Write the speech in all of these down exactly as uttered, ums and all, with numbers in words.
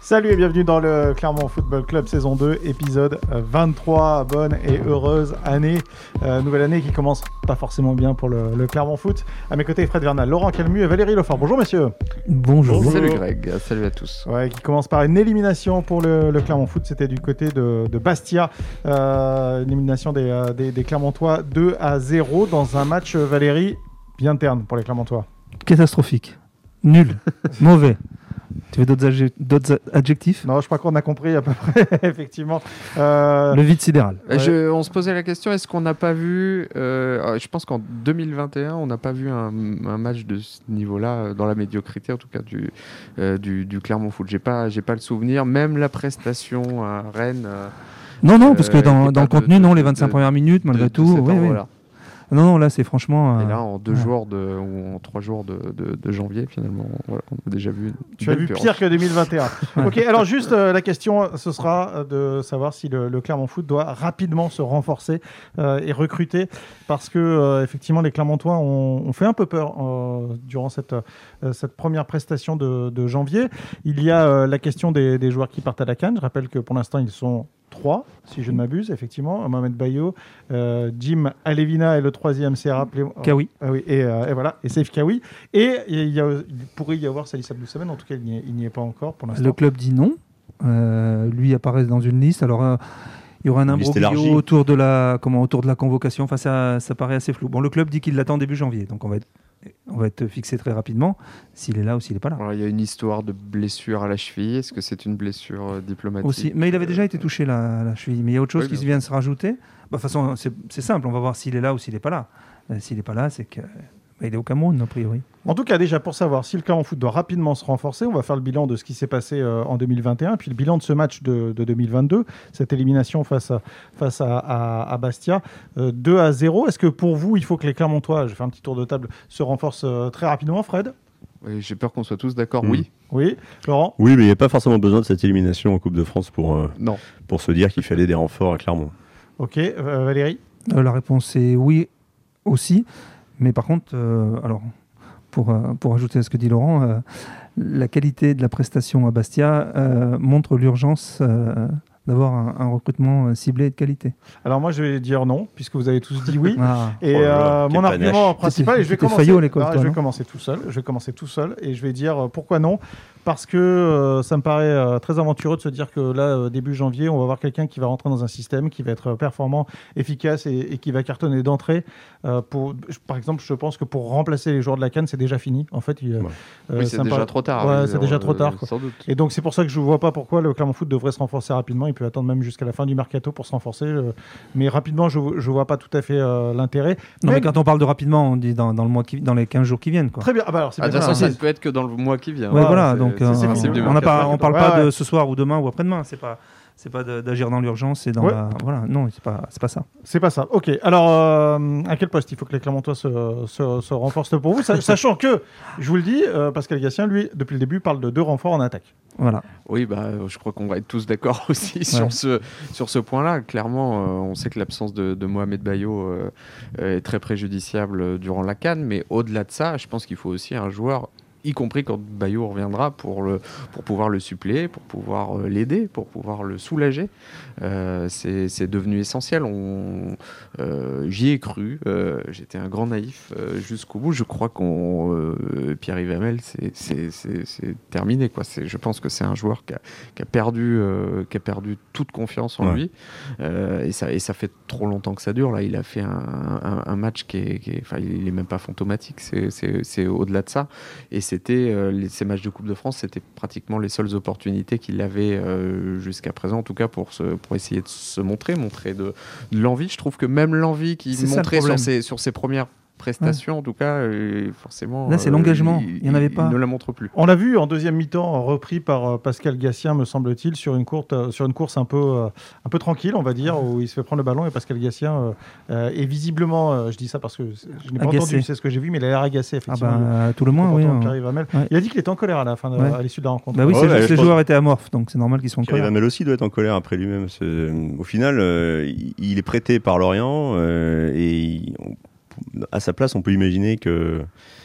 Salut et bienvenue dans le Clermont Football Club saison deux, épisode vingt-trois. Bonne et heureuse année. Euh, nouvelle année qui commence pas forcément bien pour le, le Clermont Foot. À mes côtés, Fred Vernal, Laurent Calmu et Valérie Lefort. Bonjour messieurs. Bonjour. Bonjour. Salut Greg, salut à tous. Ouais, qui commence par une élimination pour le, le Clermont Foot. C'était du côté de, de Bastia. Euh, une élimination des, des, des Clermontois deux à zéro dans un match, Valérie, bien terne pour les Clermontois. Catastrophique. Nul. Mauvais. Tu veux d'autres, adje- d'autres adjectifs ? Non, je crois qu'on a compris à peu près, effectivement. Euh... Le vide sidéral. Ouais. Je, on se posait la question, est-ce qu'on n'a pas vu, euh, je pense qu'en deux mille vingt et un, on n'a pas vu un, un match de ce niveau-là, dans la médiocrité en tout cas, du, euh, du, du Clermont Foot. J'ai pas, j'ai pas le souvenir, même la prestation à Rennes... Euh, non, non, parce que dans, euh, dans le de, contenu, de, non, de, les vingt-cinq de, premières minutes, malgré de, tout. De oui, oui. Non, non, là, c'est franchement... Euh... Et là, en deux ouais. jours de, ou en trois jours de, de, de janvier, finalement, voilà, on a déjà vu... Tu as vu pire purge. Que deux mille vingt et un. Ok, alors juste, euh, la question, ce sera de savoir si le, le Clermont Foot doit rapidement se renforcer euh, et recruter, parce que, euh, effectivement, les Clermontois ont, ont fait un peu peur euh, durant cette, euh, cette première prestation de, de janvier. Il y a euh, la question des, des joueurs qui partent à la CAN. Je rappelle que pour l'instant, ils sont... trois, si je ne m'abuse, effectivement. Mohamed Bayo, euh, Jim Alevina et le troisième, c'est rappelé. Kawi. Ah oui, et, euh, et voilà, et Saif Kawi. Et il, y a, il pourrait y avoir Salih Abdou-Samad, en tout cas, il n'y est, il n'y est pas encore pour l'instant. Le club dit non. Euh, lui apparaît dans une liste. Alors, euh, il y aura un imbroglio autour de la, comment, autour de la convocation. Enfin, ça, ça paraît assez flou. Bon, le club dit qu'il l'attend début janvier, donc on va être. On va être fixé très rapidement s'il est là ou s'il n'est pas là. Alors, il y a une histoire de blessure à la cheville. Est-ce que c'est une blessure euh, diplomatique aussi. Mais il avait déjà été touché la, la cheville. Mais il y a autre chose oui, qui vient de se rajouter. De bah, toute façon, c'est, c'est simple. On va voir s'il est là ou s'il n'est pas là. Euh, s'il n'est pas là, c'est qu'il bah, est au Cameroun, a priori. En tout cas, déjà, pour savoir si le Clermont Foot doit rapidement se renforcer, on va faire le bilan de ce qui s'est passé euh, en deux mille vingt et un, puis le bilan de ce match de, de deux mille vingt-deux, cette élimination face à, face à, à, à Bastia, euh, deux à zéro. Est-ce que pour vous, il faut que les Clermontois, je vais faire un petit tour de table, se renforcent euh, très rapidement, Fred ? Oui, j'ai peur qu'on soit tous d'accord, mmh. oui. Oui, Laurent ? Oui, mais il n'y a pas forcément besoin de cette élimination en Coupe de France pour, euh, non. pour se dire qu'il fallait des renforts à Clermont. Ok, euh, Valérie ? euh, La réponse est oui aussi, mais par contre, euh, alors... Pour, euh, pour ajouter à ce que dit Laurent, euh, la qualité de la prestation à Bastia euh, montre l'urgence euh, d'avoir un, un recrutement euh, ciblé et de qualité. Alors moi je vais dire non, puisque vous avez tous dit oui. Ah. Et oh là, euh, mon argument panache. principal, et je vais commencer. Faillot à l'école, ah, toi, je vais non commencer tout seul. Je vais commencer tout seul et je vais dire euh, pourquoi non. Parce que euh, ça me paraît euh, très aventureux de se dire que là, euh, début janvier, on va avoir quelqu'un qui va rentrer dans un système qui va être performant, efficace et, et qui va cartonner d'entrée. Euh, pour, par exemple, je pense que pour remplacer les joueurs de la CAN, c'est déjà fini. En fait, il, ouais. euh, oui, c'est déjà paraît... trop tard. Ouais, oui, c'est déjà trop tard. Quoi. Sans doute. Et donc, c'est pour ça que je ne vois pas pourquoi le Clermont Foot devrait se renforcer rapidement. Il peut attendre même jusqu'à la fin du mercato pour se renforcer. Euh, mais rapidement, je ne vois pas tout à fait euh, l'intérêt. Non, même... mais quand on parle de rapidement, on dit dans, dans, le mois qui, dans les quinze jours qui viennent. Quoi. Très bien. Ah bah alors, c'est ah, bien. De toute façon, ça ne peut être que dans le mois qui vient. Ouais, ouais, voilà. c'est, donc, c'est, c'est, c'est euh, on ne parle ouais, pas ouais. de ce soir ou demain ou après-demain. C'est pas. C'est pas de, d'agir dans l'urgence, c'est dans ouais. la... Voilà, non, c'est pas, c'est pas ça. C'est pas ça. Ok, alors, euh, à quel poste il faut que les Clermontois se, se, se renforcent pour vous, sachant que, je vous le dis, euh, Pascal Gassien, lui, depuis le début, parle de deux renforts en attaque. Voilà. Oui, bah, je crois qu'on va être tous d'accord aussi ouais. sur, ce, sur ce point-là. Clairement, euh, on sait que l'absence de, de Mohamed Bayo euh, est très préjudiciable durant la CAN, mais au-delà de ça, je pense qu'il faut aussi un joueur, y compris quand Bayo reviendra, pour, le, pour pouvoir le suppléer, pour pouvoir euh, l'aider, pour pouvoir le soulager. Euh, c'est, c'est devenu essentiel. On, euh, j'y ai cru. Euh, j'étais un grand naïf euh, jusqu'au bout. Je crois qu'on euh, Pierre-Yves Hamel, c'est, c'est, c'est, c'est terminé, quoi. C'est, je pense que c'est un joueur qui a, qui a, perdu, euh, qui a perdu toute confiance en ouais. lui. Euh, et, ça, et ça fait trop longtemps que ça dure. Là, il a fait un, un, un match qui est, qui est, enfin, il n'est même pas fantomatique. C'est, c'est, c'est au-delà de ça. Et c'était euh, les, ces matchs de Coupe de France, c'était pratiquement les seules opportunités qu'il avait euh, jusqu'à présent, en tout cas pour, se, pour essayer de se montrer, montrer de, de l'envie. Je trouve que même l'envie qu'il c'est montrait sur ses, sur ses premières prestations, ouais. en tout cas, euh, forcément. Là, c'est euh, l'engagement. Il, il n'y en avait pas. Il ne la montre plus. On l'a vu en deuxième mi-temps, repris par euh, Pascal Gassien, me semble-t-il, sur une, courte, euh, sur une course un peu, euh, un peu tranquille, on va dire, où il se fait prendre le ballon et Pascal Gassien euh, est visiblement, euh, je dis ça parce que je n'ai pas agacé. entendu, c'est ce que j'ai vu, mais il a l'air agacé, effectivement. Ah bah, tout le moins, oui. Hein. Ouais. Il a dit qu'il était en colère à la fin, de, ouais. à l'issue de la rencontre. Bah oui, ouais, c'est ouais, juste que les pense... joueurs étaient amorphes, donc c'est normal qu'ils soient en colère. Pierre-Yves Hamel aussi doit être en colère après lui-même. C'est... Au final, euh, il est prêté par Lorient euh, et il... à sa place, on peut imaginer que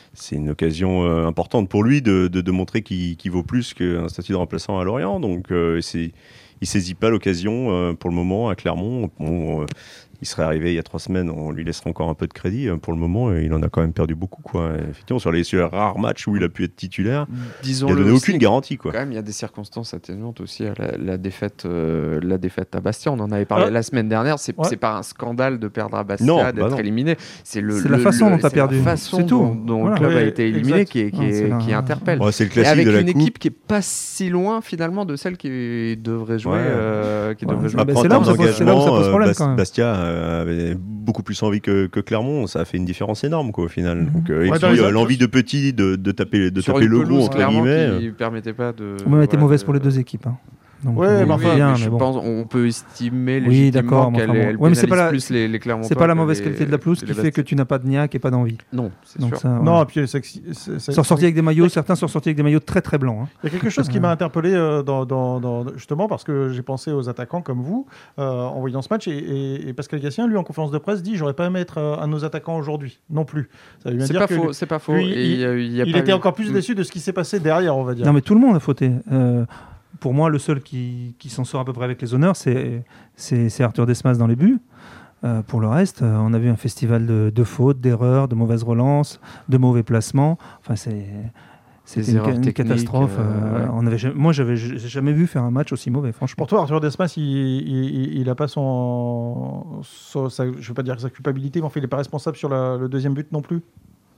c'est une occasion euh, importante pour lui de, de, de montrer qu'il, qu'il vaut plus qu'un statut de remplaçant à Lorient. Donc, euh, c'est, il saisit pas l'occasion euh, pour le moment à Clermont. Bon, euh, il serait arrivé il y a trois semaines, on lui laissera encore un peu de crédit. Pour le moment, il en a quand même perdu beaucoup, quoi. Effectivement, sur les, sur les rares matchs où il a pu être titulaire, Disons-le, il n'a donné aucune garantie, quoi. Quand même, il y a des circonstances atténuantes aussi à la, la, défaite, euh, la défaite à Bastia. On en avait parlé ah. la semaine dernière. C'est, ouais. c'est pas un scandale de perdre à Bastia, non, d'être bah non. éliminé. C'est, le, c'est le, la façon le, dont tu as perdu. C'est la façon c'est tout. dont, dont voilà. le club ouais, a été éliminé qui, est, qui, est, c'est qui interpelle. Ouais, c'est le classique et avec de la une coupe. équipe qui est pas si loin finalement de celle qui devrait jouer. Ouais. Euh, qui ouais. devrait jouer. Après, en termes d'engagement, Bastia avait beaucoup plus envie que, que Clermont, ça a fait une différence énorme quoi, au final. Mm-hmm. Donc, euh, et ouais, puis euh, l'envie de petit de, de taper, de taper le gros entre guillemets. Qui permettait pas de. On a été mauvaise pour les deux équipes. Hein. Donc, ouais, mais enfin, bien, mais mais je bon. pense on peut estimer légitimement oui, qu'elle enfin, elle ouais, mais c'est pas la, plus les, les Clermontois. C'est pas la mauvaise qualité de la pelouse qui fait que tu n'as pas de niaque et pas d'envie. Non, c'est Donc sûr. Ça, non, ouais. puis c'est, c'est, c'est, sont sortis avec des maillots, certains sont sortis avec des maillots très très blancs. Hein. Il y a quelque chose qui m'a interpellé euh, dans, dans, dans, justement parce que j'ai pensé aux attaquants comme vous euh, en voyant ce match et, et, et Pascal Gassien, lui en conférence de presse, dit j'aurais pas aimé être un de nos attaquants aujourd'hui non plus. Ça veut bien c'est dire pas que faux, lui, c'est pas faux. Lui, et il, y a, y a il pas était eu... encore plus déçu de ce qui s'est passé derrière, on va dire. Non mais tout le monde a fauté. Euh, Pour moi, le seul qui, qui s'en sort à peu près avec les honneurs, c'est, c'est, c'est Arthur Desmas dans les buts. Euh, pour le reste, euh, on a vu un festival de, de fautes, d'erreurs, de mauvaises relances, de mauvais placements. Enfin, c'est, c'était une, une catastrophe. Euh, ouais. on avait, moi, j'avais j'ai jamais vu faire un match aussi mauvais, franchement. Pour toi, Arthur Desmas, il n'a pas son, son sa, je ne veux pas dire sa culpabilité, mais en fait, il n'est pas responsable sur la, le deuxième but non plus.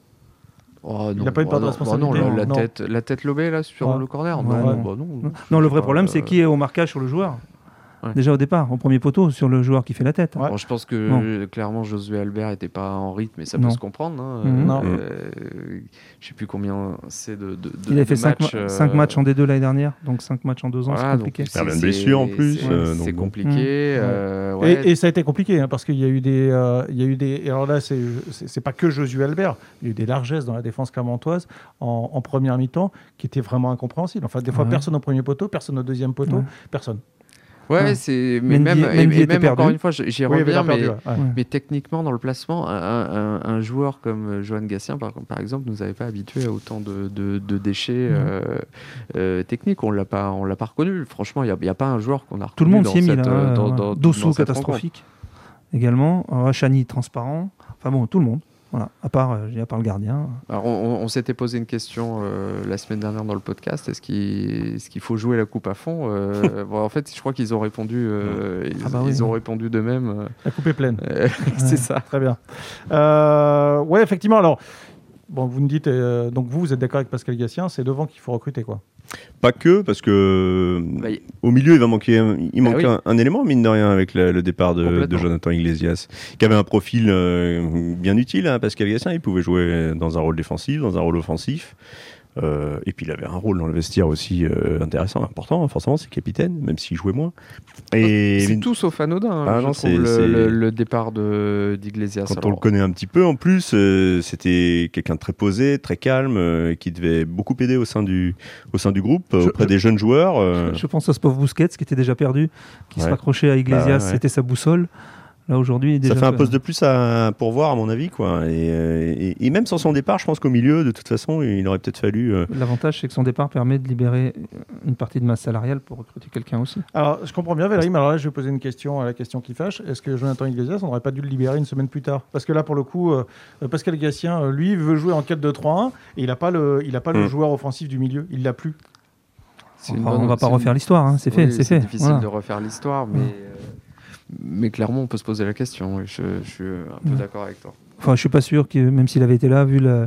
Oh, il n'a pas une part oh, de responsabilité. Oh, non, la, non. Tête, la tête lobée là, sur ouais. le corner. Ouais, non, ouais. Bah, non, non. non, le vrai problème, c'est qui est au marquage sur le joueur. Ouais. Déjà au départ, au premier poteau, sur le joueur qui fait la tête. Ouais. Bon, je pense que non. clairement Josué Albert n'était pas en rythme, mais ça non. peut se comprendre. Hein. Mmh. Non. Euh, je ne sais plus combien c'est de, de, de Il a fait cinq matchs, ma- euh... matchs en D deux l'année dernière, donc cinq matchs en deux ans, voilà, c'est compliqué. Il y a une blessure en plus. C'est, euh, c'est donc compliqué. Mmh. Euh, ouais. et, et ça a été compliqué, hein, parce qu'il y a eu des... Euh, il y a eu des et alors là, c'est, c'est, c'est pas que Josué Albert. Il y a eu des largesses dans la défense clermontoise en, en première mi-temps qui étaient vraiment incompréhensibles. Enfin, des fois, ouais. personne au premier poteau, personne au deuxième poteau, ouais. personne. Ouais, ouais, c'est mais Mendy, même Mendy et, et même encore une fois, j'y oui, reviens, mais, perdu, ouais. mais techniquement dans le placement, un, un, un joueur comme Johan Gassien, par, par exemple, nous avait pas habitué à autant de, de, de déchets mmh. euh, euh, techniques. On l'a pas, on l'a pas reconnu. Franchement, il y, y a pas un joueur qu'on a reconnu. Tout le monde dans s'y est mis cette, là. Dans, dans, Dossou catastrophique également. Chani transparent. Enfin bon, tout le monde. Voilà, à part, euh, à part le gardien. Alors, on, on s'était posé une question euh, la semaine dernière dans le podcast. Est-ce qu'il, est-ce qu'il faut jouer la coupe à fond euh, bon, en fait, je crois qu'ils ont répondu. Euh, ils, ah bah oui, ils ont oui. répondu d'eux-mêmes. La coupe est pleine. c'est ouais. ça. Très bien. Euh, ouais, effectivement. Alors, bon, vous me dites. Euh, donc, vous, vous êtes d'accord avec Pascal Gassien. C'est devant qu'il faut recruter, quoi. Pas que, parce que bah, y... au milieu, il va manquer, un, il manque bah, oui. un, un élément, mine de rien, avec la, le départ de, de Jonathan Iglesias, qui avait un profil euh, bien utile. Hein, Pascal Gassien, il pouvait jouer dans un rôle défensif, dans un rôle offensif. Euh, et puis il avait un rôle dans le vestiaire aussi euh, intéressant, important, forcément, c'est capitaine, même s'il jouait moins. Et c'est tout sauf anodin, hein, ah, je non, trouve, c'est, le, c'est... Le, le départ de, d'Iglesias. Quand alors... on le connaît un petit peu, en plus, euh, c'était quelqu'un de très posé, très calme, euh, qui devait beaucoup aider au sein du, au sein du groupe, je, auprès je, des jeunes joueurs. Euh... Je, je pense à ce pauvre Busquets qui était déjà perdu, qui ouais. se raccrochait à Iglesias, bah, ouais. c'était sa boussole. Là, aujourd'hui, déjà ça fait un poste de plus à pourvoir, à mon avis, quoi. Et, et, et même sans son départ, je pense qu'au milieu, de toute façon, il aurait peut-être fallu. Euh... L'avantage, c'est que son départ permet de libérer une partie de masse salariale pour recruter quelqu'un aussi. Alors, je comprends bien, Valérie, mais alors là, je vais poser une question à la question qui fâche. Est-ce que Jonathan Iglesias, on n'aurait pas dû le libérer une semaine plus tard ? Parce que là, pour le coup, euh, Pascal Gassien, lui, veut jouer en quatre deux trois un et il n'a pas le, il a pas mmh. le joueur offensif du milieu. Il l'a plus. Enfin, on ne va pas refaire une... l'histoire, hein. c'est oui, fait, c'est, c'est fait. difficile voilà. de refaire l'histoire, mais. Mmh. Mais clairement, on peut se poser la question. Je, je suis un peu d'accord avec toi. Enfin, je suis pas sûr que même s'il avait été là, vu le,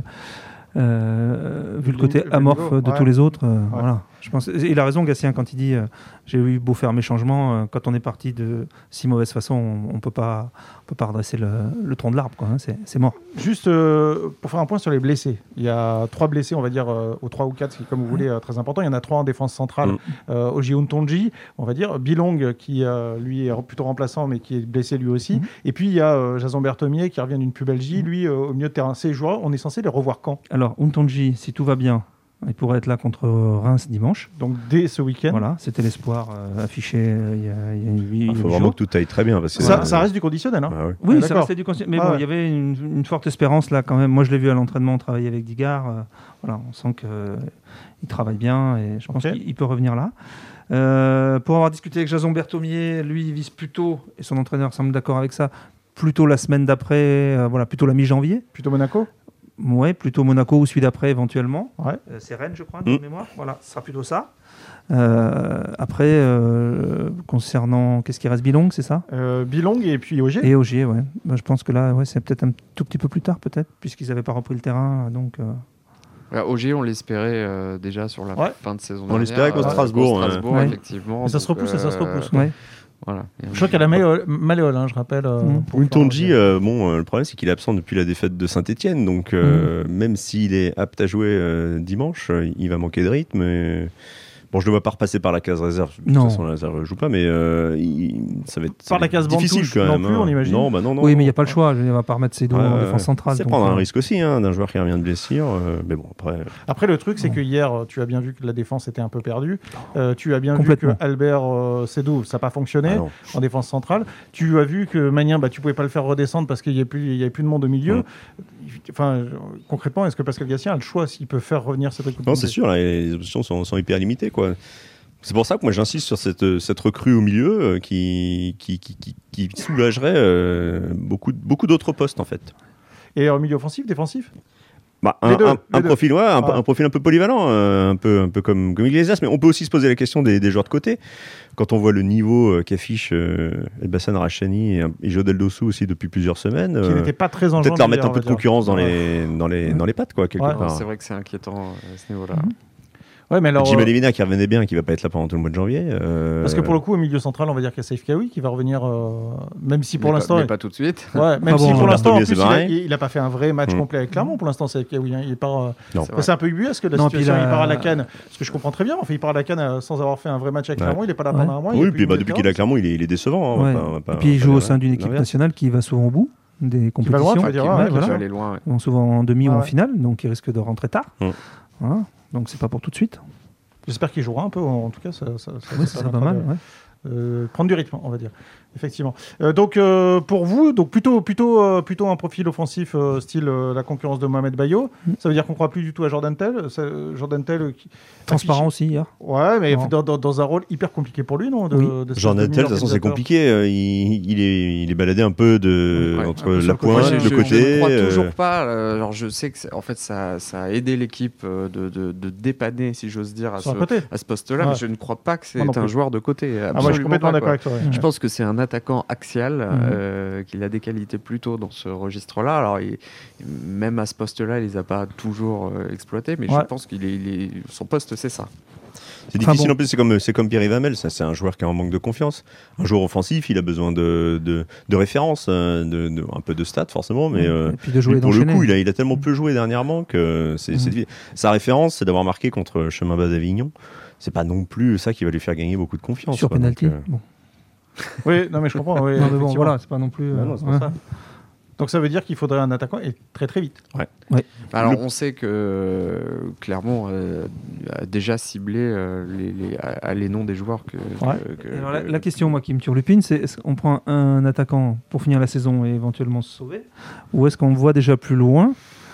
euh, vu le côté amorphe de ouais. tous les autres, euh, ouais. voilà. Je pense, il a raison, Gassien, quand il dit euh, j'ai eu beau faire mes changements, euh, quand on est parti de si mauvaise façon, on, on peut pas, on peut pas redresser le, le tronc de l'arbre, quoi. Hein, c'est, c'est mort. Juste euh, pour faire un point sur les blessés, il y a trois blessés, on va dire, euh, ou trois ou quatre, comme vous voulez, euh, très important. Il y en a trois en défense centrale. Mm. Euh, Oji Untonji, on va dire, Bilong qui euh, lui est plutôt remplaçant, mais qui est blessé lui aussi. Mm. Et puis il y a euh, Jason Berthomier qui revient d'une pubalgie, mm. lui euh, au milieu de terrain. Ces joueurs, on est censé les revoir quand ? Alors Untonji, si tout va bien. Il pourrait être là contre Reims dimanche. Donc dès ce week-end. Voilà, c'était l'espoir euh, affiché euh, il y a, il y a huit Il faut jours. vraiment que tout aille très bien. Parce que ça, euh... ça reste du conditionnel. Hein. Ah ouais. Oui, ah, ça restait du conditionnel. Mais ah, bon, il ouais. y avait une, une forte espérance là quand même. Moi, je l'ai vu à l'entraînement travailler avec Digard. Euh, voilà, on sent qu'il euh, travaille bien et je pense okay. qu'il peut revenir là. Euh, pour avoir discuté avec Jason Berthomier, lui, il vise plutôt, et son entraîneur semble d'accord avec ça, plutôt la semaine d'après, euh, voilà, plutôt la mi-janvier. Plutôt Monaco ? Ouais, plutôt Monaco ou celui d'après éventuellement. Ouais. Euh, c'est Rennes, je crois, de mmh. mémoire. Voilà, ce sera plutôt ça. Euh, après, euh, concernant, qu'est-ce qui reste, Bilong, c'est ça euh, Bilong et puis Ogier. Et Ogier, ouais. Ben, je pense que là, ouais, c'est peut-être un tout petit peu plus tard, peut-être, puisqu'ils n'avaient pas repris le terrain, donc. Euh... Alors, Ogier, on l'espérait euh, déjà sur la ouais. fin de saison. On l'espérait contre euh, Strasbourg, Strasbourg ouais. effectivement. Mais ça se repousse, euh, et ça se repousse. Ouais. Voilà. Je crois qu'il y a la Malléole, hein, je rappelle. Euh, mmh. Ntonji, euh, bon, euh, le problème c'est qu'il est absent depuis la défaite de Saint-Etienne, donc euh, mmh. même s'il est apte à jouer euh, dimanche, euh, il va manquer de rythme. Et... Bon, je ne le vois pas repasser par la case réserve. De toute façon, la réserve ne joue pas, mais euh, il, ça va être par la case difficile quand même. Non plus, on imagine. Non, bah non, non. Oui, mais il n'y a pas le choix. Il ne va pas remettre ses doigts ouais, en défense centrale. C'est donc, prendre euh... un risque aussi hein, d'un joueur qui revient de blessure. Euh, mais bon, après. Après, le truc, c'est ouais. que hier, tu as bien vu que la défense était un peu perdue. Euh, tu as bien vu que Albert euh, Sédou, ça n'a pas fonctionné ah en défense centrale. Tu as vu que Magnin, bah, tu ne pouvais pas le faire redescendre parce qu'il n'y avait plus de monde au milieu. Mmh. Enfin, concrètement, est-ce que Pascal Gatien a le choix s'il peut faire revenir cette équipe ? Non, c'est sûr. Là, les options sont, sont hyper limitées, quoi. C'est pour ça que moi j'insiste sur cette, cette recrue au milieu euh, qui, qui, qui, qui, qui soulagerait euh, beaucoup, beaucoup d'autres postes en fait. Et en milieu offensif, défensif bah, un, deux, un, un, profil, ouais, un, ah. un profil un peu polyvalent, euh, un peu, un peu comme, comme Iglesias, mais on peut aussi se poser la question des, des joueurs de côté. Quand on voit le niveau euh, qu'affiche euh, Elbassan Rachani et, et Jodel Dossou aussi depuis plusieurs semaines, qui euh, n'était pas très enjoué. Peut-être leur mettre un peu de concurrence dans les, dans, les, dans les pattes, quoi, quelque ouais. part. C'est vrai que c'est inquiétant à ce niveau-là. Mm-hmm. Ouais, mais alors, Jim Alemina qui revenait bien, qui va pas être là pendant tout le mois de janvier. Euh... Parce que pour le coup, au milieu central, on va dire qu'il y a Saïf Kaoui qui va revenir, euh, même si pour mais l'instant. Pas, mais il... pas tout de suite. Ouais, même ah si bon, pour l'instant, en plus, il n'a pas fait un vrai match mmh. complet avec Clermont. Pour l'instant, Saïf Kaoui, hein, il part. Euh... C'est, c'est un peu ubuesque que la non, situation. La... Il part à la Cannes, ce que je comprends très bien. Enfin, il part à la Cannes sans avoir fait un vrai match avec ouais. Clermont. Il n'est pas là pendant ouais. un mois. Oui, puis bah, depuis qu'il est à Clermont, il est, il est décevant. Hein, ouais. on va pas, on va pas, et puis il joue pas au sein d'une équipe nationale qui va souvent au bout des compétitions. Qui va aller loin. Souvent en demi ou en finale, donc il risque de rentrer tard. Donc c'est pas pour tout de suite. J'espère qu'il jouera un peu, en tout cas, ça, ça, ça, oui, ça serait pas mal. De, ouais. euh, prendre du rythme, on va dire. Effectivement. Euh, donc, euh, pour vous, donc plutôt, plutôt, euh, plutôt un profil offensif euh, style euh, la concurrence de Mohamed Bayo. Mm. Ça veut dire qu'on ne croit plus du tout à Jordan Tell. Ça, Jordan Tell qui... Transparent aussi, hier. Ouais, mais dans, dans, dans un rôle hyper compliqué pour lui, non de, oui. de Jordan Tell, de toute façon, c'est compliqué. Euh, il, il, est, il est baladé un peu de, ouais, entre la pointe, le côté. Je ne crois euh... toujours pas. Euh, alors, je sais que en fait, ça, ça a aidé l'équipe de, de, de dépanner, si j'ose dire, à, ce, à ce poste-là. Ouais. Mais je ne crois pas que c'est un joueur de côté. Ah, moi, je suis complètement d'accord avec toi. Je pense que c'est un attaquant axial. Mmh. Euh, qu'il a des qualités plutôt dans ce registre-là. Alors, il, même à ce poste-là, il les a pas toujours euh, exploités, mais ouais. je pense qu'il est, il est, son poste, c'est ça. C'est enfin difficile bon. En plus, c'est comme, c'est comme Pierre Vamel, ça, c'est un joueur qui est en manque de confiance. Un joueur offensif, il a besoin de, de, de références, de, de, un peu de stats forcément, mais, euh, et puis de jouer mais pour le coup, il a, il a tellement peu joué dernièrement que c'est, mmh. c'est sa référence, c'est d'avoir marqué contre Chemin Bas d'Avignon. C'est pas non plus ça qui va lui faire gagner beaucoup de confiance. Sur pénalty. Euh... Bon. Oui, non mais je comprends. Oui, non mais bon, voilà, c'est pas non plus. Non, non, c'est ouais. ça. Donc ça veut dire qu'il faudrait un attaquant et très très vite. Ouais. ouais. Alors le... on sait que euh, Clermont euh, a déjà ciblé euh, les, les, à, à les noms des joueurs que. Ouais. que, que Alors, que, la, la question moi qui me turlupine, c'est est-ce qu'on prend un attaquant pour finir la saison et éventuellement se sauver, ou est-ce qu'on voit déjà plus loin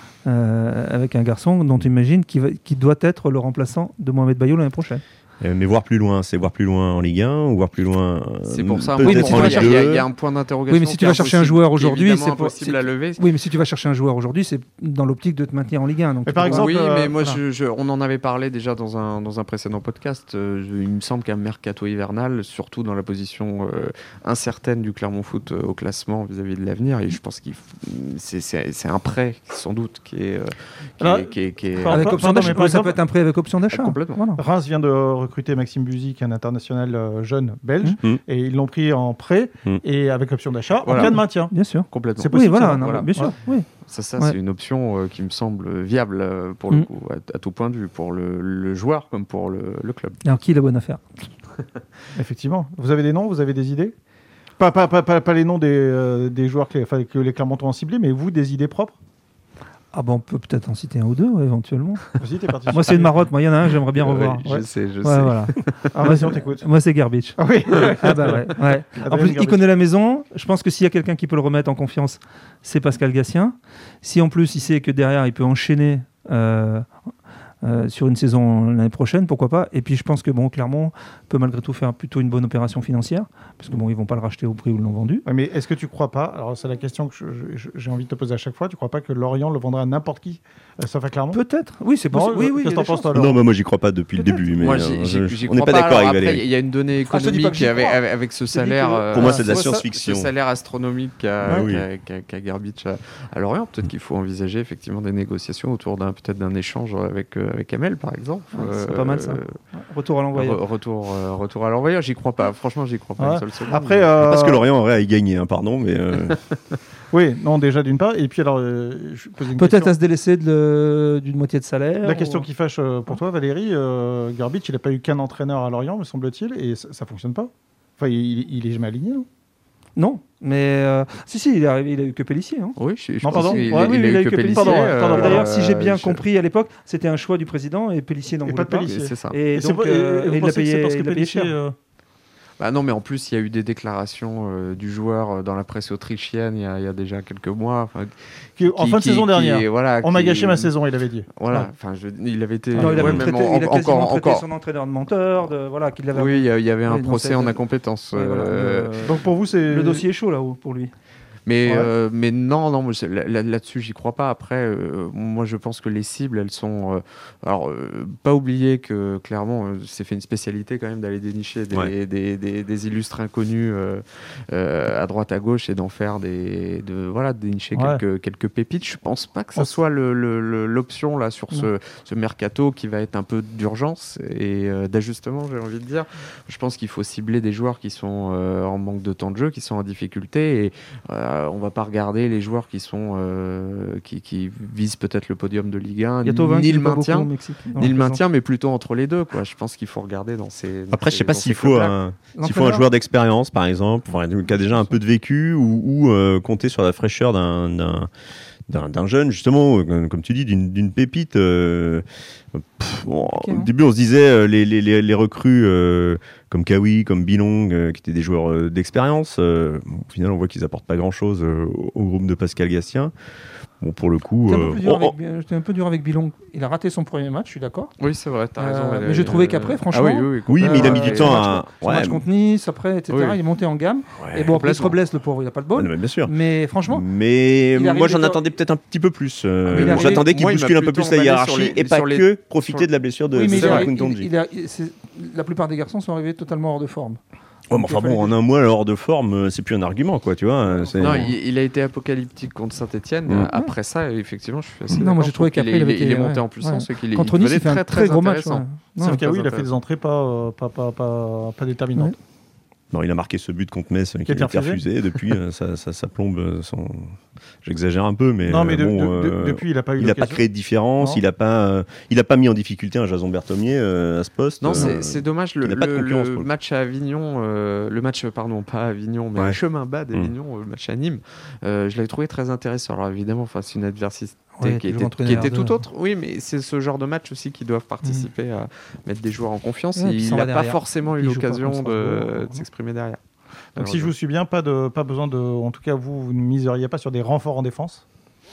euh, avec un garçon dont on imagine qui, va, qui doit être le remplaçant de Mohamed Bayo l'année prochaine? Euh, mais voir plus loin, c'est voir plus loin en Ligue un ou voir plus loin. Euh, c'est pour ça. Oui, mais si il y, y a un point d'interrogation. Oui, mais si tu vas chercher un joueur aujourd'hui, c'est possible à lever. Oui, mais si tu vas chercher un joueur aujourd'hui, c'est dans l'optique de te maintenir en Ligue un. Donc mais par exemple, oui, euh, mais moi, voilà. je, je, on en avait parlé déjà dans un dans un précédent podcast. Euh, je, il me semble qu'un mercato hivernal, surtout dans la position euh, incertaine du Clermont Foot euh, au classement vis-à-vis de l'avenir, et je pense qu'il c'est, c'est, c'est un prêt sans doute qui est qui Alors, est, qui est, qui est avec euh, option d'achat. Ça peut être un prêt avec option d'achat. Complètement. Voilà. Reims vient de recruter Maxime Buzy, qui est un international euh, jeune belge, mmh. et ils l'ont pris en prêt mmh. et avec option d'achat voilà. en cas de maintien. Bien sûr, complètement. C'est possible. Oui, voilà, non, voilà. Bien sûr. Ouais. Oui. Ça, ça ouais. c'est une option euh, qui me semble viable euh, pour mmh. le coup, à, à tout point de vue, pour le, le joueur comme pour le, le club. Alors qui est la bonne affaire? Effectivement. Vous avez des noms, vous avez des idées? Pas, pas, pas, pas, pas les noms des, euh, des joueurs que, enfin, que les Clermontois ont ciblés, mais vous, des idées propres? Ah bon, on peut peut-être en citer un ou deux, ouais, éventuellement. Vas-y, t'es parti. Moi, c'est une marotte. Moi, il y en a un que j'aimerais bien revoir. Oui, je Ouais. sais, je Ouais, sais. voilà. Ah, vas-y, on t'écoute. Moi, c'est Garbage. Ah oui. Ah bah ouais. ouais. En plus, il connaît la maison. Je pense que s'il y a quelqu'un qui peut le remettre en confiance, c'est Pascal Gatien. Si en plus, il sait que derrière, il peut enchaîner euh, euh, sur une saison l'année prochaine, pourquoi pas. Et puis, je pense que bon, Clermont peut malgré tout faire plutôt une bonne opération financière, parce que bon, ils vont pas le racheter au prix où ils l'ont vendu. Ouais, mais est-ce que tu crois pas, alors c'est la question que je- je- j'ai envie de te poser à chaque fois, tu crois pas que Lorient le vendra à n'importe qui, euh, sauf à Clermont? Peut-être. Oui, c'est possible. Non, Oui, oui. qu'est-ce il y a que t'en des penses, toi, chances. Laurent? Non, mais moi j'y crois pas depuis le Peut-être. début. Mais Moi, euh, j'y- j'y- je- j'y on n'est crois pas d'accord Alors, avec après, Valérie. il y a une donnée Ah, je te dis pas économique que j'y avec, crois. avec, avec ce Je te dis salaire. que- euh, Pour moi, c'est de la ce- science-fiction. Ce salaire astronomique qu'a Ouais, oui. qu'a- qu'a- qu'a Garbage à, à Lorient. Peut-être qu'il faut envisager effectivement des négociations autour d'un peut-être d'un échange avec euh, avec Amel, par exemple. Ouais, c'est Euh, pas mal, ça. Retour à l'envoyeur. re- Retour, euh, retour à l'envoyeur. J'y crois pas. Franchement, j'y crois pas Ouais. une seule seconde. Après, euh, Parce que Lorient aurait à y gagner, hein, pardon, mais euh, oui, non, déjà d'une part, et puis alors, euh, je vais poser une Peut-être question. à se délaisser de le- d'une moitié de salaire. La question ou- qui fâche euh, pour toi, Valérie, euh, Garbage, il n'a pas eu qu'un entraîneur à Lorient, me semble-t-il, et ça, ça fonctionne pas. Enfin, il, il est jamais aligné, non? Non, mais euh, si, si, il est arrivé, il a eu que Pélissier. Hein. Oui, je, je Non, pense pardon. qu'il- Ouais, il, oui, il il a eu que Pélissier. Pardon, pardon, Et d'ailleurs, si j'ai bien je- compris à l'époque, c'était un choix du président et Pélissier n'en Et voulait pas de pas. Pélissier. C'est ça. Et Et c'est donc, pas- et- euh, et vous il l'a pensez que c'est payé, parce que il l'a payé Pélissier, cher. euh, Bah non, mais en plus, il y a eu des déclarations euh, du joueur euh, dans la presse autrichienne il y a, il y a déjà quelques mois. enfin, qui- en qui- fin de qui- saison qui- dernière. voilà, On m'a qui- gâché ma saison, il avait dit. Voilà, Ouais. enfin, je- il avait été. Non, il, avait ouais, même même traité, en- il a quasiment encore, traité encore. son entraîneur de menteur, de, voilà, qu'il l'avait. Oui, il y a- il y avait un Oui, donc procès c'est- en incompétence. Ouais, voilà, euh, le- Donc pour vous, c'est. le dossier est chaud là-haut pour lui. Mais, Ouais. euh, mais non, non, moi, c'est- là- là- là-dessus, j'y crois pas. Après, euh, moi, je pense que les cibles, elles sont. euh, alors, euh, pas oublier que clairement, euh, c'est fait une spécialité quand même d'aller dénicher des, Ouais. des, des, des illustres inconnus euh, euh, à droite, à gauche et d'en faire des. De, voilà, de dénicher Ouais. quelques, quelques pépites. Je pense pas que ça On- soit le- le- le- l'option là sur ce, ce mercato qui va être un peu d'urgence et euh, d'ajustement, j'ai envie de dire. Je pense qu'il faut cibler des joueurs qui sont euh, en manque de temps de jeu, qui sont en difficulté et euh, on va pas regarder les joueurs qui sont euh, qui, qui visent peut-être le podium de Ligue un, Il y a Thauvin ni qui le joue pas beaucoup maintien, au Mexique. Non, ni le je plaisante. maintien, mais plutôt entre les deux. Quoi. Je pense qu'il faut regarder dans ces. dans après, je ces- sais pas dans s'il ces faut clubs-là. un, s'il faut un L'entraîneur joueur d'expérience, par exemple, enfin, qui a déjà un peu de vécu, ou, ou, euh, compter sur la fraîcheur d'un, d'un, d'un, d'un jeune, justement, euh, comme tu dis, d'une, d'une pépite. euh, pff, bon, Compliqué, au hein. début, on se disait, euh, les, les, les, les recrues euh, comme Kawi, comme Bilong, euh, qui étaient des joueurs euh, d'expérience, euh, bon, au final, on voit qu'ils apportent pas grand-chose euh, au, au groupe de Pascal Gatien. Bon, pour le coup... J'étais un, peu euh, plus dur oh, avec- euh, j'étais un peu dur avec Bilong. Il a raté son premier match, je suis d'accord. Oui, c'est vrai, t'as Euh, raison. elle mais est- j'ai trouvé euh, qu'après, ah franchement, oui, oui, oui, oui, mais il a mis Euh, du son temps match à... Son match contre Nice, après, et cetera. Oui. Il est monté en gamme. Ouais, et bon, après, il se complètement. reblesse, le pauvre, il n'a pas le ouais, bol. non, mais bien sûr. Mais franchement, Mais Il arrive moi, j'en des- attendais peut-être un petit peu plus. Euh, Ah, mais il arrive- J'attendais qu'il moi, il m'a bouscule un peu plutôt plus la emballé sur hiérarchie les- et pas sur les- que profiter sur- de la blessure de oui, mais il Seba a- il- Kuntonji. il a- il- c'est- la plupart des garçons sont arrivés totalement hors de forme. Ouais, mais Donc, enfin il fallait bon, en que- un mois, hors de forme, euh, c'est plus un argument, quoi, tu vois. c'est- Non, il, il a été apocalyptique contre Saint-Etienne. Mm. Après ça, effectivement, je suis assez Non, d'accord. moi, j'ai Je trouve trouvé qu'après, qu'il est- il avait il est été- monté ouais, en puissance et qu'il est Contre il Nice, il devenait fait un très, très gros match. intéressant. ouais. Non, Sauf très qu'à oui, il a fait intéressant. des entrées pas, euh, pas, pas, pas, pas déterminantes. Non, il a marqué ce but contre Metz euh, qui, Qui a a été été refusé. refusé. Depuis, euh, ça, ça, ça plombe. euh, son- J'exagère un peu, mais, Non, mais euh, de- bon, de- de- euh, depuis, il n'a pas eu il n'a pas l'occasion. créé de différence. Non. Il n'a pas, euh, il a pas mis en difficulté un Jason Berthomier euh, à ce poste. Non, euh, c'est c'est dommage. Le, il n'a pas de le- concurrence, le pour le match à Avignon, euh, le match, pardon, pas à Avignon, mais Ouais. à Chemin Bas d'Avignon, euh, le match à Nîmes, euh, je l'avais trouvé très intéressant. Alors évidemment, enfin, c'est une adversité Ouais, qui toujours était, entraîné qui à était deux. tout autre. Oui, mais c'est ce genre de match aussi qui doivent participer à mettre des joueurs en confiance. Ouais, et puis il s'en n'a va pas derrière. forcément eu Il joue pas l'occasion contre de, Strasbourg. de s'exprimer derrière. Donc si je vous suis bien, pas, de, pas besoin de... En tout cas, vous, vous ne miseriez pas sur des renforts en défense.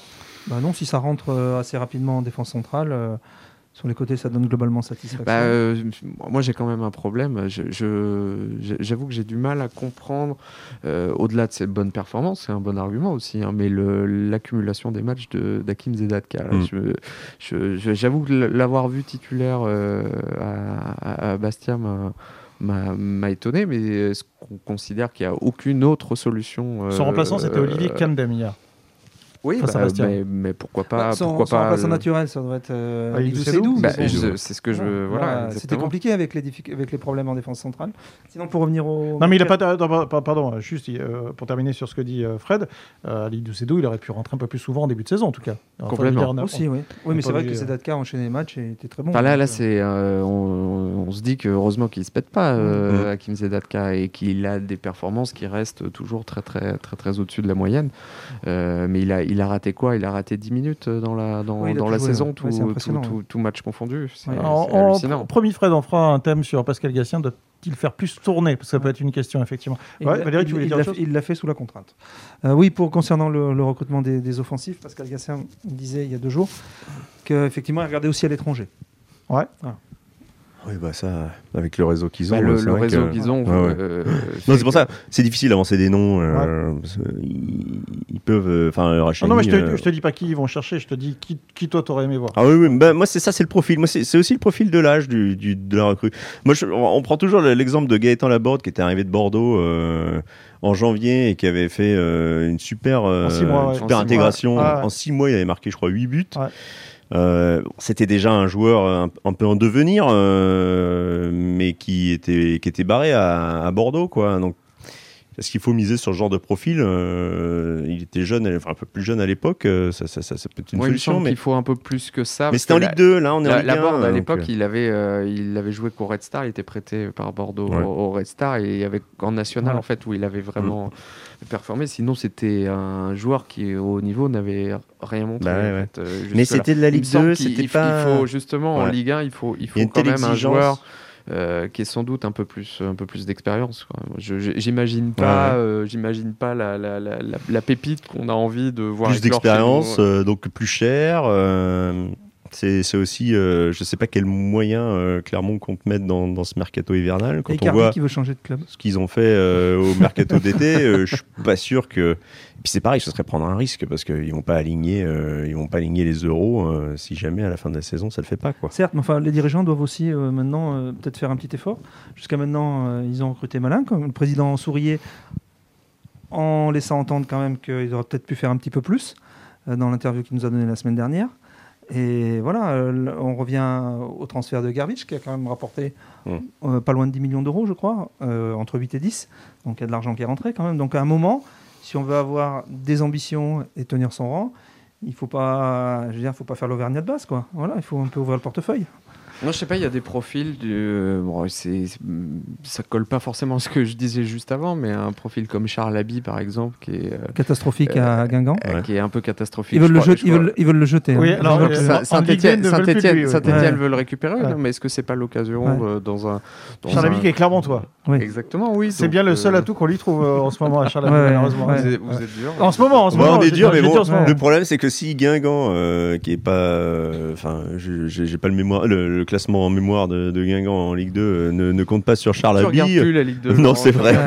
Bah non, si ça rentre euh, assez rapidement en défense centrale, euh, sur les côtés, ça donne globalement satisfaction. Bah, euh, moi, j'ai quand même un problème. Je, je- j'avoue que j'ai du mal à comprendre, euh, au-delà de cette bonne performance, c'est un bon argument aussi, hein, mais le- l'accumulation des matchs de- d'Hakim Zedatka. là, Mm. je- je- je- J'avoue que l'avoir vu titulaire euh, à, à Bastia m'a- m'a m'a étonné, mais est-ce qu'on considère qu'il n'y a aucune autre solution euh, Son remplaçant, c'était Olivier euh, Kandem hier. Oui, face à bah, Bastia. mais, mais pourquoi pas, Bah, son, pourquoi son pas remplaçant le- naturel, ça devrait être euh, Ah, Lidou Lidou Sédou. Sédou. Bah, mais bon. je- c'est ce que je Voilà, voilà, voilà, C'était exactement. compliqué avec les, diffic- avec les problèmes en défense centrale. Sinon, pour revenir au. Non, mais il a pas. attends, pa- Pardon, juste euh, pour terminer sur ce que dit euh, Fred, euh, Lidou Sédou, il aurait pu rentrer un peu plus souvent en début de saison, en tout cas. Enfin, Complètement. je veux dire, Aussi, oui. Oui, mais pas c'est vrai que obligé, Zedatka a enchaîné les matchs et était très bon. Enfin, là, Donc, là euh, c'est, euh, on, on se dit que heureusement qu'il se pète pas, euh, Mhm. Hakim Zedatka, et qu'il a des performances qui restent toujours très très très très au-dessus de la moyenne. Euh, mais il a, il il a raté quoi ? Il a raté dix minutes dans la, dans, oui, dans la joué, saison, ouais. tout, ouais, tout, tout, tout, tout match confondu. C'est, ouais. c'est en, hallucinant. En, promis, Fred, on fera un thème sur Pascal Gatien. Doit-il faire plus tourner ? Parce que ça peut être une question, effectivement. Ouais, il, Valérie, tu il, voulais il dire l'a, autre chose ? Il l'a fait sous la contrainte. Euh, oui, pour, concernant le, le recrutement des, des offensifs, Pascal Gatien disait il y a deux jours qu'effectivement, il regardait aussi à l'étranger. Ouais. Voilà. Oui, bah ça, avec le réseau qu'ils ont. Bah, le c'est le vrai réseau que... qu'ils ont. Ouais, ouais. Euh, non, c'est pour ça, c'est difficile d'avancer des noms. Euh, ouais. ils, ils peuvent. Enfin, euh, non, non, mais je te, euh... je te dis pas qui ils vont chercher, je te dis qui, qui toi t'aurais aimé voir. Ah oui, oui, bah, moi c'est ça, c'est le profil. Moi, c'est, c'est aussi le profil de l'âge du, du, de la recrue. Moi, je, on prend toujours l'exemple de Gaëtan Laborde qui était arrivé de Bordeaux euh, en janvier et qui avait fait euh, une super, euh, six mois, ouais. super en intégration. Mois. Ah, ouais. En six mois, il avait marqué, je crois, huit buts. Ouais. Euh, c'était déjà un joueur un, un peu en devenir, euh, mais qui était, qui était barré à, à Bordeaux, quoi. Donc, est-ce qu'il faut miser sur ce genre de profil ? euh, Il était jeune, enfin un peu plus jeune à l'époque, euh, ça, ça, ça, ça peut être une ouais, solution. Il me semble mais qu'il faut un peu plus que ça. Mais c'était en Ligue deux, là on est la, en Ligue un. Laborde, à l'époque, donc... il, avait, euh, il avait joué qu'au Red Star, il était prêté par Bordeaux ouais. au, au Red Star, et il y avait en national, ouais. en fait, où il avait vraiment mmh. performé. Sinon, c'était un joueur qui, au haut niveau, n'avait rien montré. Bah, ouais, en fait, euh, mais c'était de la Ligue deux, c'était il, pas... Il faut, justement, ouais. en Ligue un, il faut, il faut il quand même exigence. un joueur... Euh, qui est sans doute un peu plus, un peu plus d'expérience. Quoi. Je, je, j'imagine pas, ouais, ouais. Euh, j'imagine pas la, la, la, la, la pépite qu'on a envie de voir. Plus d'expérience, euh, donc plus cher. Euh, c'est, c'est aussi, euh, je sais pas quels moyens euh, Clermont compte mettre dans, dans ce mercato hivernal. Quand Et on Cardi voit qui veut changer de club. Ce qu'ils ont fait euh, au mercato d'été, euh, je suis pas sûr que. Et puis c'est pareil, ce serait prendre un risque parce qu'ils vont pas aligner, euh, ils vont pas aligner les euros euh, si jamais à la fin de la saison ça le fait pas, quoi. Certes, mais enfin les dirigeants doivent aussi euh, maintenant euh, peut-être faire un petit effort. Jusqu'à maintenant, euh, ils ont recruté Malin, comme le président souriait en laissant entendre quand même qu'ils auraient peut-être pu faire un petit peu plus euh, dans l'interview qu'il nous a donnée la semaine dernière. Et voilà, euh, on revient au transfert de Garbage qui a quand même rapporté mmh. euh, pas loin de dix millions d'euros, je crois, euh, entre huit et dix. Donc il y a de l'argent qui est rentré quand même. Donc à un moment, si on veut avoir des ambitions et tenir son rang, il ne faut pas, je veux dire, faut pas faire l'Auvergnat de base, quoi. Voilà, il faut un peu ouvrir le portefeuille. Moi, je sais pas, il y a des profils, de... bon, c'est... ça colle pas forcément à ce que je disais juste avant, mais un profil comme Charles Haby, par exemple, qui est... Euh, catastrophique euh, à Guingamp. Euh, ouais. Qui est un peu catastrophique. Ils veulent, le, crois, jeter, ils veulent, ils veulent le jeter. Oui, hein. alors, euh, ça, Saint-Étienne Saint oui. ouais. veut le récupérer, ouais. mais est-ce que c'est pas l'occasion ouais. euh, dans un... Dans Charles Haby un... qui est Clermontois. Oui. Exactement, oui. C'est bien le seul atout qu'on lui trouve euh, en ce moment à Charles Haby, ouais, malheureusement. Ouais. Vous, êtes, vous êtes dur. En ce moment, en ce bah, moment. On est dur, mais bon, le problème, c'est que si Guingamp, euh, qui est pas... Enfin, euh, j'ai pas le, mémoire, le, le classement en mémoire de, de Guingamp en Ligue deux, euh, ne, ne compte pas sur Charles Haby. Tu regardes plus la Ligue deux. Non, c'est vrai.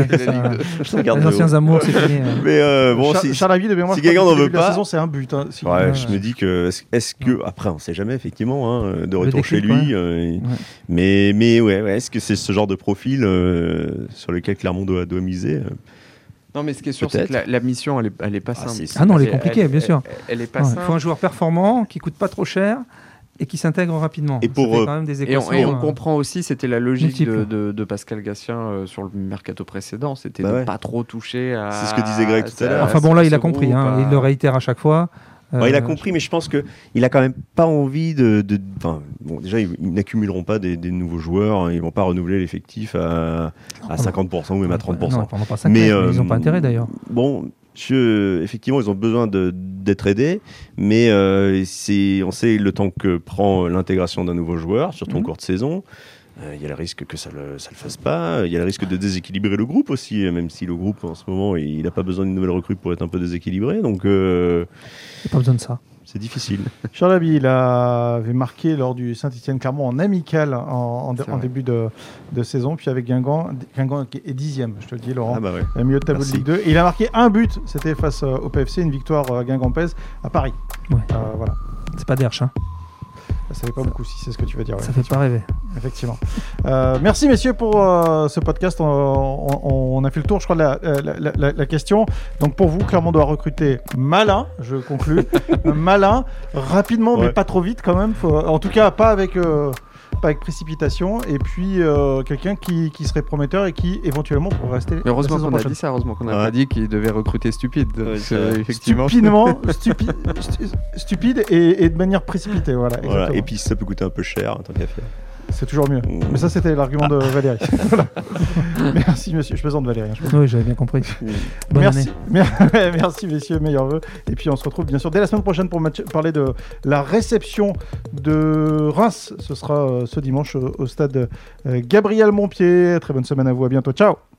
Je regarde les anciens amours, c'est fini. Mais euh, bon, Char- si, Charles Haby, de mémoire, si Guingamp n'en veut pas... saison, c'est un but. Hein, si ouais, je me dis que... Est-ce que... Après, on sait jamais, effectivement, hein, de retour chez lui. Euh, mais, mais ouais, ouais, est-ce que c'est ce genre de profil euh, sur lequel Clermont doit, doit miser euh, Non, mais ce qui est sûr, Peut-être. c'est que la, la mission, elle est, elle est pas simple. Ah, c'est, ah non, elle est compliquée, elle, bien sûr. Elle, elle, elle est pas ouais, simple. Il faut un joueur performant, qui coûte pas trop cher et qui s'intègre rapidement. Et, pour, ça fait quand même des et, on, et on euh, comprend aussi, c'était la logique de, de, de Pascal Gatien euh, sur le mercato précédent, c'était bah de ne ouais. pas trop toucher à... C'est ce que disait Greg tout à l'heure. Enfin bon, là, il a compris, hein, à... il le réitère à chaque fois. Euh, il a compris, mais je pense qu'il a quand même pas envie de... de bon, déjà, ils, ils n'accumuleront pas des, des nouveaux joueurs, hein, ils vont pas renouveler l'effectif à, à cinquante pour cent ou même à trente pour cent. Non, pendant pas cinq mais euh, ils n'ont pas intérêt d'ailleurs. Bon, je, effectivement, ils ont besoin de, d'être aidés, mais euh, c'est, on sait le temps que prend l'intégration d'un nouveau joueur, surtout mmh. en cours de saison. Il euh, y a le risque que ça ne le, le fasse pas. Il y a le risque de déséquilibrer le groupe aussi, même si le groupe, en ce moment, il n'a pas besoin d'une nouvelle recrue pour être un peu déséquilibré. Donc, euh, il n'y a pas besoin de ça. C'est difficile. Charles Haby, il avait marqué lors du Saint-Étienne-Clermont en amical en, en, en début de, de saison, puis avec Guingamp, Guingamp est dixième, je te le dis, Laurent, ah bah ouais. le milieu de tableau Merci. de Ligue deux. Et il a marqué un but, c'était face au P F C, une victoire euh, guingampaise à Paris. Ouais. Euh, voilà. C'est pas d'Herche, hein. Ça fait pas ça, beaucoup si c'est ce que tu veux dire. Ouais, ça fait pas rêver. Effectivement. Euh, merci messieurs pour euh, ce podcast. On, on, on a fait le tour, je crois, de la, la, la, la question. Donc pour vous, Clermont doit recruter Malin, je conclus. Malin, rapidement, ouais. mais pas trop vite quand même. Faut, en tout cas, pas avec... Euh, pas avec précipitation, et puis euh, quelqu'un qui, qui serait prometteur et qui éventuellement pourrait rester. Mais heureusement qu'on prochaine. a dit ça, heureusement qu'on a ouais. pas dit qu'il devait recruter stupide. Ouais, euh, effectivement. Stupidement, stupi, stu, stupide et, et de manière précipitée. Voilà, voilà, et puis ça peut coûter un peu cher, en tant qu'à faire. C'est toujours mieux. Mais ça, c'était l'argument de Valérie. Voilà. Merci, monsieur. Je plaisante, Valérie. Je oui, j'avais bien compris. Bonne Merci. Année. Merci, messieurs. Meilleurs vœux. Et puis, on se retrouve bien sûr dès la semaine prochaine pour parler de la réception de Reims. Ce sera ce dimanche au stade Gabriel Montpied. Très bonne semaine à vous. À bientôt. Ciao.